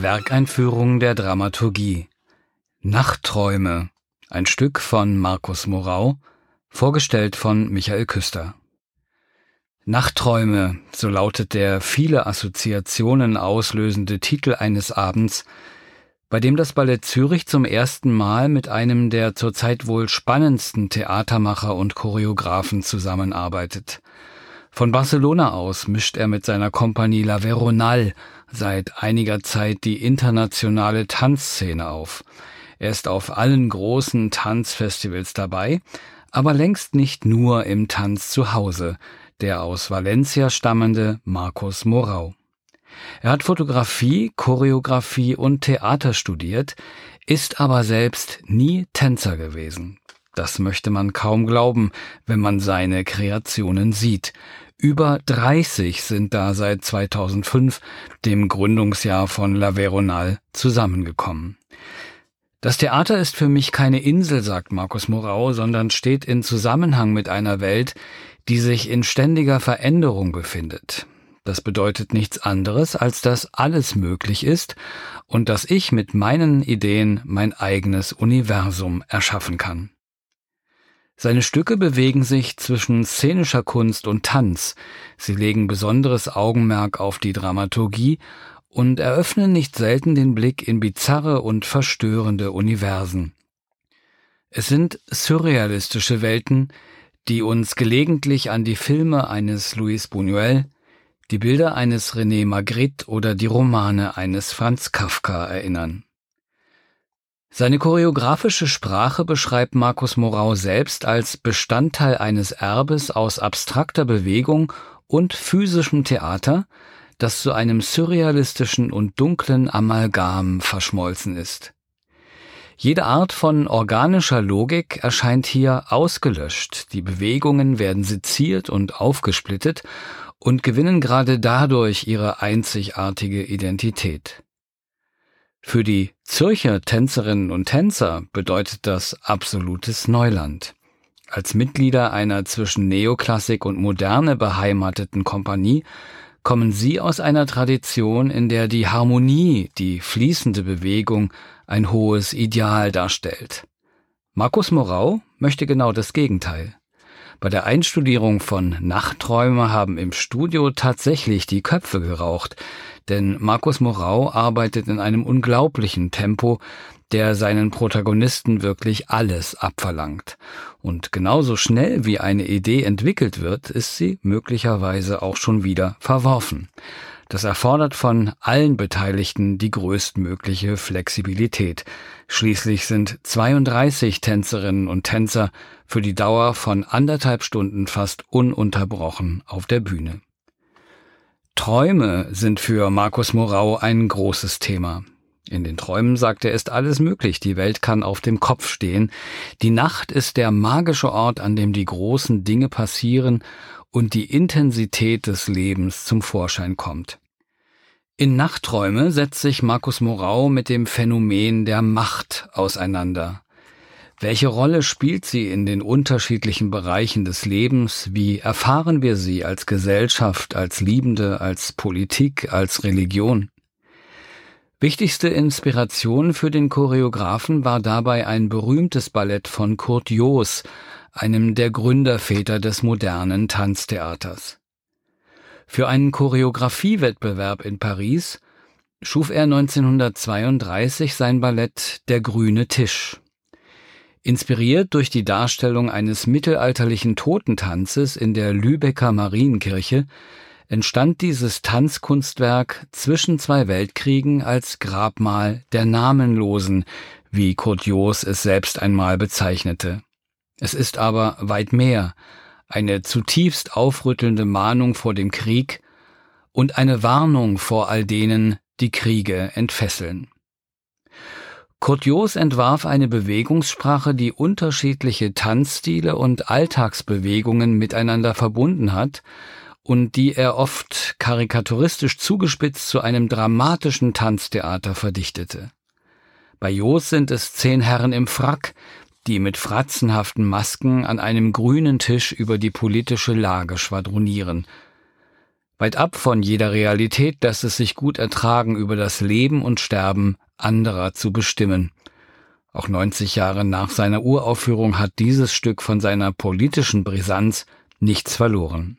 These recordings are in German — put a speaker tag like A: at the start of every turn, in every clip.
A: Werkeinführung der Dramaturgie. Nachtträume, ein Stück von Markus Morau, vorgestellt von Michael Küster. Nachtträume, so lautet der viele Assoziationen auslösende Titel eines Abends, bei dem das Ballett Zürich zum ersten Mal mit einem der zurzeit wohl spannendsten Theatermacher und Choreografen zusammenarbeitet. Von Barcelona aus mischt er mit seiner Kompanie La Veronal seit einiger Zeit die internationale Tanzszene auf. Er ist auf allen großen Tanzfestivals dabei, aber längst nicht nur im Tanz zu Hause, der aus Valencia stammende Markus Morau. Er hat Fotografie, Choreografie und Theater studiert, ist aber selbst nie Tänzer gewesen. Das möchte man kaum glauben, wenn man seine Kreationen sieht. Über 30 sind da seit 2005, dem Gründungsjahr von La Veronal, zusammengekommen. Das Theater ist für mich keine Insel, sagt Markus Morau, sondern steht in Zusammenhang mit einer Welt, die sich in ständiger Veränderung befindet. Das bedeutet nichts anderes, als dass alles möglich ist und dass ich mit meinen Ideen mein eigenes Universum erschaffen kann. Seine Stücke bewegen sich zwischen szenischer Kunst und Tanz. Sie legen besonderes Augenmerk auf die Dramaturgie und eröffnen nicht selten den Blick in bizarre und verstörende Universen. Es sind surrealistische Welten, die uns gelegentlich an die Filme eines Luis Buñuel, die Bilder eines René Magritte oder die Romane eines Franz Kafka erinnern. Seine choreografische Sprache beschreibt Markus Morau selbst als Bestandteil eines Erbes aus abstrakter Bewegung und physischem Theater, das zu einem surrealistischen und dunklen Amalgam verschmolzen ist. Jede Art von organischer Logik erscheint hier ausgelöscht, die Bewegungen werden seziert und aufgesplittet und gewinnen gerade dadurch ihre einzigartige Identität. Für die Zürcher Tänzerinnen und Tänzer bedeutet das absolutes Neuland. Als Mitglieder einer zwischen Neoklassik und Moderne beheimateten Kompanie kommen sie aus einer Tradition, in der die Harmonie, die fließende Bewegung, ein hohes Ideal darstellt. Markus Morau möchte genau das Gegenteil. Bei der Einstudierung von Nachtträume haben im Studio tatsächlich die Köpfe geraucht, denn Markus Morau arbeitet in einem unglaublichen Tempo, der seinen Protagonisten wirklich alles abverlangt. Und genauso schnell wie eine Idee entwickelt wird, ist sie möglicherweise auch schon wieder verworfen. Das erfordert von allen Beteiligten die größtmögliche Flexibilität. Schließlich sind 32 Tänzerinnen und Tänzer für die Dauer von 1,5 Stunden fast ununterbrochen auf der Bühne. Träume sind für Markus Morau ein großes Thema. In den Träumen, sagt er, ist alles möglich. Die Welt kann auf dem Kopf stehen. Die Nacht ist der magische Ort, an dem die großen Dinge passieren und die Intensität des Lebens zum Vorschein kommt. In Nachtträume setzt sich Markus Morau mit dem Phänomen der Macht auseinander. Welche Rolle spielt sie in den unterschiedlichen Bereichen des Lebens? Wie erfahren wir sie als Gesellschaft, als Liebende, als Politik, als Religion? Wichtigste Inspiration für den Choreografen war dabei ein berühmtes Ballett von Kurt Joos, einem der Gründerväter des modernen Tanztheaters. Für einen Choreografiewettbewerb in Paris schuf er 1932 sein Ballett Der grüne Tisch. Inspiriert durch die Darstellung eines mittelalterlichen Totentanzes in der Lübecker Marienkirche entstand dieses Tanzkunstwerk zwischen 2 Weltkriegen als Grabmal der Namenlosen, wie Kurt Joos es selbst einmal bezeichnete. Es ist aber weit mehr, eine zutiefst aufrüttelnde Mahnung vor dem Krieg und eine Warnung vor all denen, die Kriege entfesseln. Kurt Joos entwarf eine Bewegungssprache, die unterschiedliche Tanzstile und Alltagsbewegungen miteinander verbunden hat und die er oft karikaturistisch zugespitzt zu einem dramatischen Tanztheater verdichtete. Bei Joos sind es 10 Herren im Frack, die mit fratzenhaften Masken an einem grünen Tisch über die politische Lage schwadronieren. Weit ab von jeder Realität lässt es sich gut ertragen, über das Leben und Sterben anderer zu bestimmen. Auch 90 Jahre nach seiner Uraufführung hat dieses Stück von seiner politischen Brisanz nichts verloren.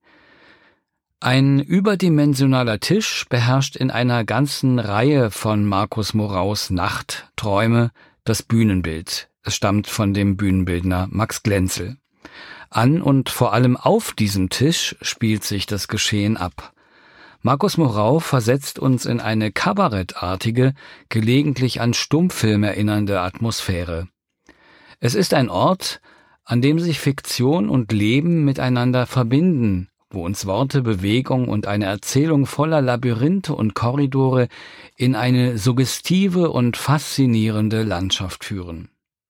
A: Ein überdimensionaler Tisch beherrscht in einer ganzen Reihe von Markus Moraus Nachtträume das Bühnenbild. Es stammt von dem Bühnenbildner Max Glenzel. An und vor allem auf diesem Tisch spielt sich das Geschehen ab. Markus Morau versetzt uns in eine kabarettartige, gelegentlich an Stummfilm erinnernde Atmosphäre. Es ist ein Ort, an dem sich Fiktion und Leben miteinander verbinden, wo uns Worte, Bewegung und eine Erzählung voller Labyrinthe und Korridore in eine suggestive und faszinierende Landschaft führen.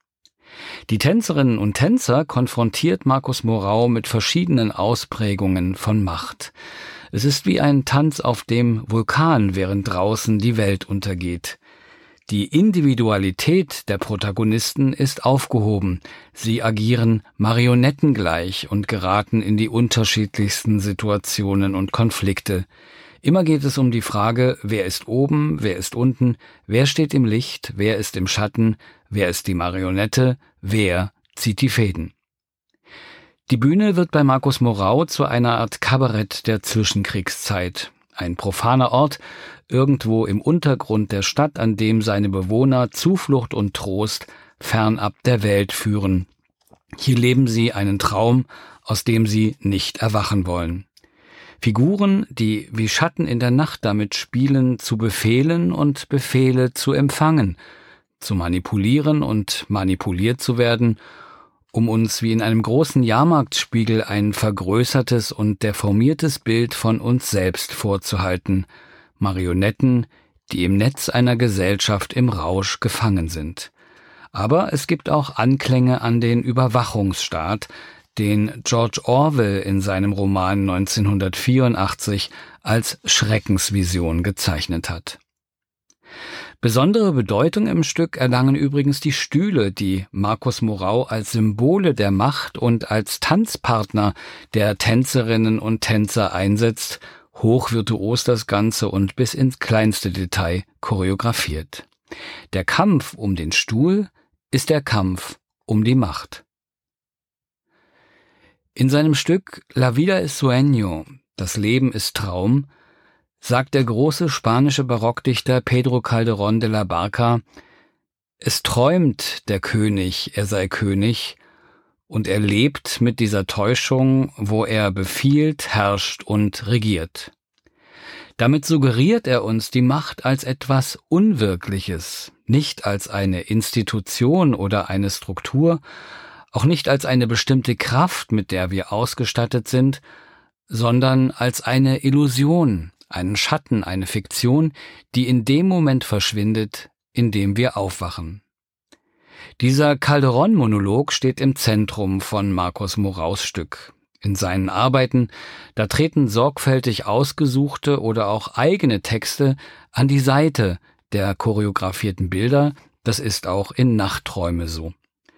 A: Die Tänzerinnen und Tänzer konfrontiert Markus Morau mit verschiedenen Ausprägungen von Macht. Es ist wie ein Tanz auf dem Vulkan, während draußen die Welt untergeht. Die Individualität der Protagonisten ist aufgehoben. Sie agieren marionettengleich und geraten in die unterschiedlichsten Situationen und Konflikte. Immer geht es um die Frage, wer ist oben, wer ist unten, wer steht im Licht, wer ist im Schatten, wer ist die Marionette, wer zieht die Fäden. Die Bühne wird bei Markus Morau zu einer Art Kabarett der Zwischenkriegszeit. Ein profaner Ort, irgendwo im Untergrund der Stadt, an dem seine Bewohner Zuflucht und Trost fernab der Welt führen. Hier leben sie einen Traum, aus dem sie nicht erwachen wollen. Figuren, die wie Schatten in der Nacht damit spielen, zu befehlen und Befehle zu empfangen, zu manipulieren und manipuliert zu werden, um uns wie in einem großen Jahrmarktspiegel ein vergrößertes und deformiertes Bild von uns selbst vorzuhalten, Marionetten, die im Netz einer Gesellschaft im Rausch gefangen sind. Aber es gibt auch Anklänge an den Überwachungsstaat, den George Orwell in seinem Roman 1984 als Schreckensvision gezeichnet hat. Besondere Bedeutung im Stück erlangen übrigens die Stühle, die Markus Morau als Symbole der Macht und als Tanzpartner der Tänzerinnen und Tänzer einsetzt, hochvirtuos das Ganze und bis ins kleinste Detail choreografiert. Der Kampf um den Stuhl ist der Kampf um die Macht. In seinem Stück La vida es sueño, das Leben ist Traum, sagt der große spanische Barockdichter Pedro Calderón de la Barca: Es träumt der König, er sei König, und er lebt mit dieser Täuschung, wo er befiehlt, herrscht und regiert. Damit suggeriert er uns die Macht als etwas Unwirkliches, nicht als eine Institution oder eine Struktur, auch nicht als eine bestimmte Kraft, mit der wir ausgestattet sind, sondern als eine Illusion, einen Schatten, eine Fiktion, die in dem Moment verschwindet, in dem wir aufwachen. Dieser Calderón-Monolog steht im Zentrum von Markus Moraus Stück. In seinen Arbeiten, da treten sorgfältig ausgesuchte oder auch eigene Texte an die Seite der choreografierten Bilder, das ist auch in Nachtträume so.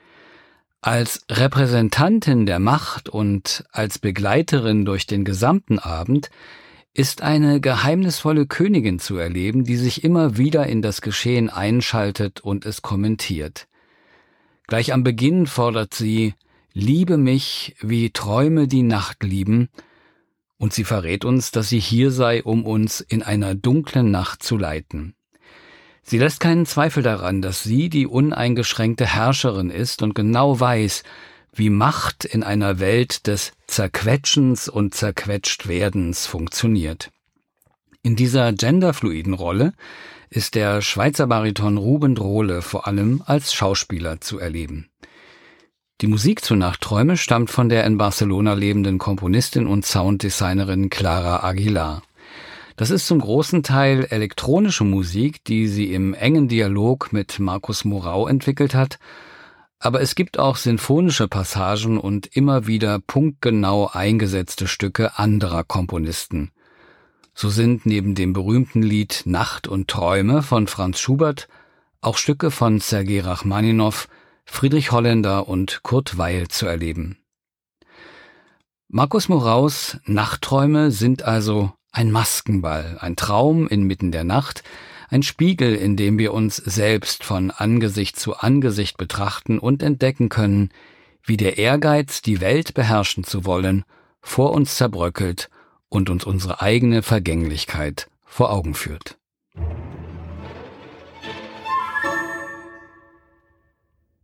A: Als Repräsentantin der Macht und als Begleiterin durch den gesamten Abend ist eine geheimnisvolle Königin zu erleben, die sich immer wieder in das Geschehen einschaltet und es kommentiert. Gleich am Beginn fordert sie: Liebe mich, wie Träume die Nacht lieben, und sie verrät uns, dass sie hier sei, um uns in einer dunklen Nacht zu leiten. Sie lässt keinen Zweifel daran, dass sie die uneingeschränkte Herrscherin ist und genau weiß, wie Macht in einer Welt des Zerquetschens und Zerquetschtwerdens funktioniert. In dieser genderfluiden Rolle ist der Schweizer Bariton Ruben Drohle vor allem als Schauspieler zu erleben. Die Musik zu Nachtträume stammt von der in Barcelona lebenden Komponistin und Sounddesignerin Clara Aguilar. Das ist zum großen Teil elektronische Musik, die sie im engen Dialog mit Markus Morau entwickelt hat, aber es gibt auch sinfonische Passagen und immer wieder punktgenau eingesetzte Stücke anderer Komponisten. So sind neben dem berühmten Lied Nacht und Träume von Franz Schubert auch Stücke von Sergei Rachmaninow, Friedrich Holländer und Kurt Weill zu erleben. Markus Moraus' Nachtträume sind also ein Maskenball, ein Traum inmitten der Nacht, ein Spiegel, in dem wir uns selbst von Angesicht zu Angesicht betrachten und entdecken können, wie der Ehrgeiz, die Welt beherrschen zu wollen, vor uns zerbröckelt und uns unsere eigene Vergänglichkeit vor Augen führt.